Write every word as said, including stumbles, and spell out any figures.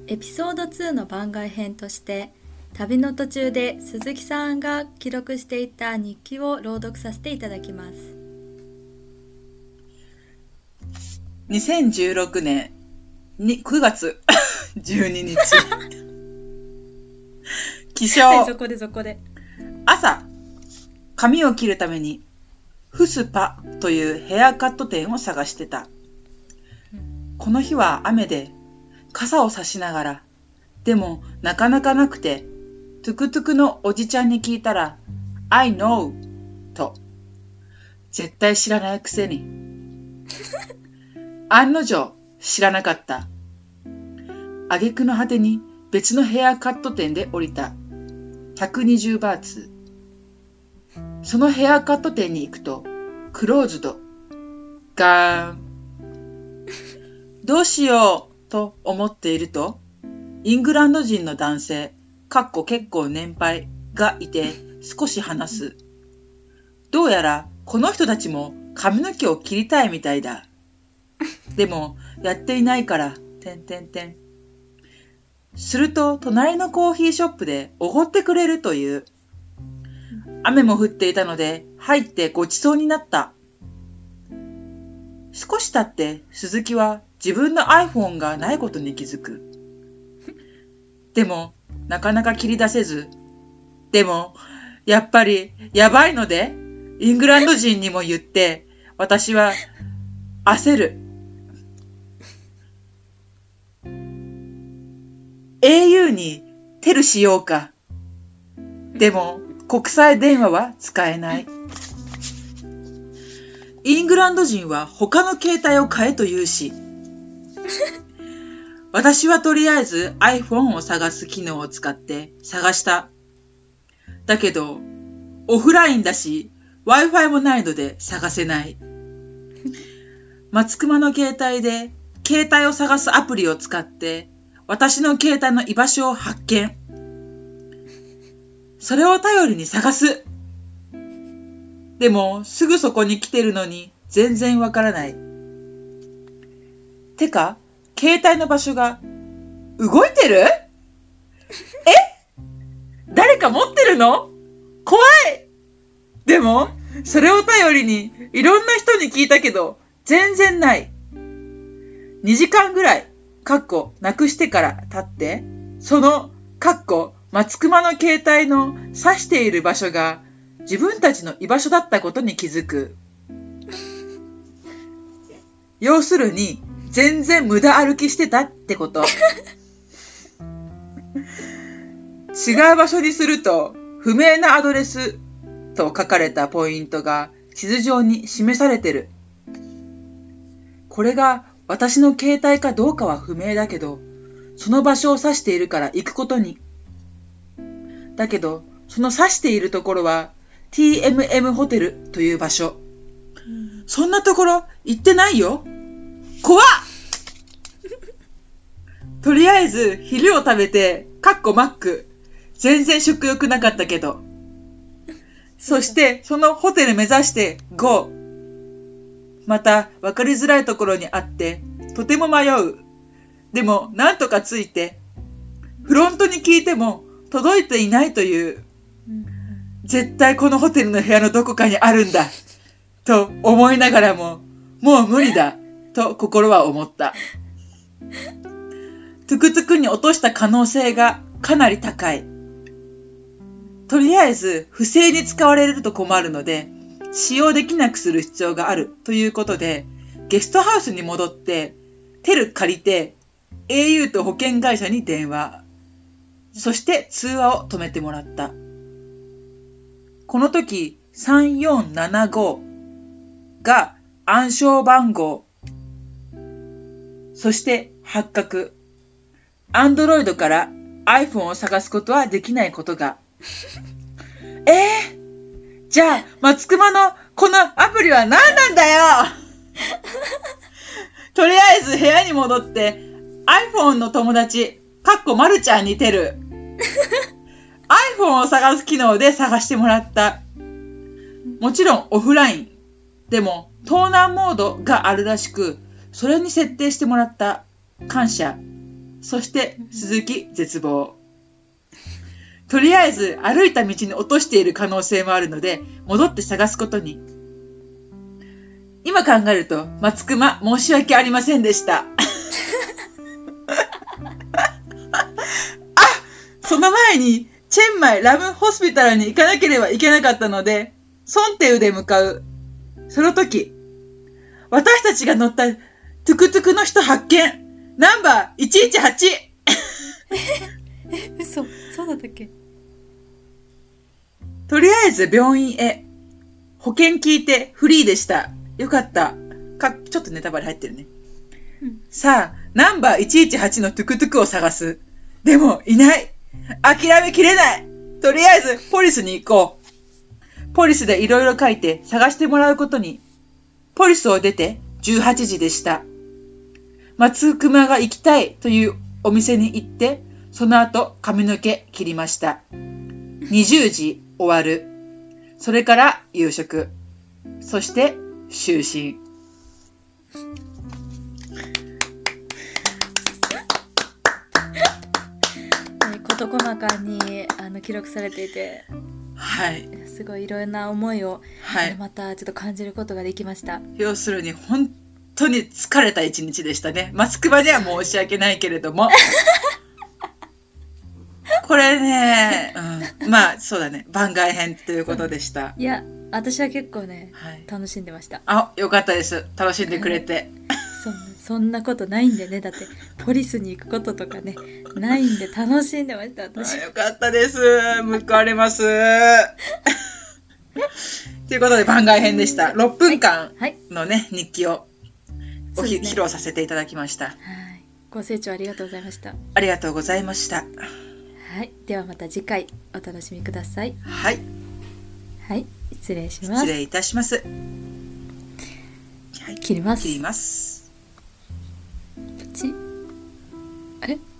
エピソードツーの番外編として、旅の途中で鈴木さんが記録していた日記を朗読させていただきます。 にせんじゅうろくねんにくがつじゅうににち起床、 はい、そこでそこで朝、髪を切るためにフスパというヘアカット店を探してた。この日は雨で傘を差しながら、でもなかなかなくて、トゥクトゥクのおじちゃんに聞いたら I know と、絶対知らないくせに案の定知らなかった。挙句の果てに別のヘアカット店で降りた。ひゃくにじゅうバーツ。そのヘアカット店に行くと、クローズド。ガーン。どうしようと思っていると、イングランド人の男性、かっこ結構年配がいて少し話す。どうやらこの人たちも髪の毛を切りたいみたいだ。でもやっていないから、てんてんてん。すると隣のコーヒーショップでおごってくれるという。雨も降っていたので入ってごちそうになった。少し経って鈴木は自分の iPhone がないことに気づく。でもなかなか切り出せず、でもやっぱりやばいのでイングランド人にも言って私は焦る。エーユー にテルしようか。でも国際電話は使えない。イングランド人は他の携帯を買えと言うし、私はとりあえず iPhone を探す機能を使って探した。だけどオフラインだし Wi-Fi もないので探せない。松熊の携帯で携帯を探すアプリを使って私の携帯の居場所を発見。それを頼りに探す。でもすぐそこに来てるのに全然わからない。てか、携帯の場所が動いてる？え？誰か持ってるの？怖い！でも、それを頼りにいろんな人に聞いたけど全然ない。にじかんぐらい、かっこなくしてから経って、その、かっこ松熊の携帯の指している場所が自分たちの居場所だったことに気づく。要するに、全然無駄歩きしてたってこと。違う場所にすると、不明なアドレスと書かれたポイントが地図上に示されてる。これが私の携帯かどうかは不明だけど、その場所を指しているから行くことに。だけど、その指しているところは ティーエムエム ホテルという場所。そんなところ行ってないよ。怖っ！とりあえず昼を食べて、かっこマック。全然食欲なかったけど。そしてそのホテル目指してゴー。また分かりづらいところにあって、とても迷う。でもなんとかついて、フロントに聞いても届いていないという。絶対このホテルの部屋のどこかにあるんだ。と思いながらも、もう無理だ。と心は思った。トゥクトゥクに落とした可能性がかなり高い。とりあえず不正に使われると困るので、使用できなくする必要があるということで、ゲストハウスに戻って、テル借りて、エーユー と保険会社に電話。そして通話を止めてもらった。この時、さんよんななごが暗証番号。そして発覚。Android から iPhone を探すことはできないことが。えー、じゃあ、松熊のこのアプリは何なんだよとりあえず部屋に戻って iPhone の友達、かっこまるちゃんにテル。iPhone を探す機能で探してもらった。もちろんオフライン。でも、盗難モードがあるらしく、それに設定してもらった。感謝。 そして鈴木絶望。とりあえず歩いた道に落としている可能性もあるので、戻って探すことに。今考えると、松隈申し訳ありませんでした。あ、その前に、チェンマイラムホスピタルに行かなければいけなかったので、ソンテウで向かう。その時、私たちが乗ったトゥクトゥクの人発見。ナンバーいちいちはち。 え、嘘、そうだったっけ？ とりあえず病院へ。保険聞いてフリーでした。よかった。か、ちょっとネタバレ入ってるね。うん、さあ、ナンバーいちいちはちのトゥクトゥクを探す。でも、いない。諦めきれない。とりあえず、ポリスに行こう。ポリスでいろいろ書いて探してもらうことに。ポリスを出てじゅうはちじでした。松隈が行きたいというお店に行って、その後髪の毛切りました。にじゅうじ終わる。それから夕食。そして就寝。 事細かにあの記録されていて、 はい、 すごいいろんな思いを、 はい、 またちょっと感じることができました。 要するに本当に疲れた一日でしたね。松隈では申し訳ないけれどもこれね、うん、まあそうだね、番外編ということでした。 いや、私は結構ね、はい、楽しんでました。 あ、よかったです。楽しんでくれて。 そんな、そんなことないんでね。だってポリスに行くこととかねないんで楽しんでました私。 あ、よかったです。報われます。ということで番外編でした。ろっぷんかんのね、はいはい、日記をおひ、ね、披露させていただきました。はい、 ご清聴ありがとうございました。 ありがとうございました。 はい、ではまた次回お楽しみください。 はいはい、失礼します。 失礼いたします。 はい、切ります。 切ります。 あれ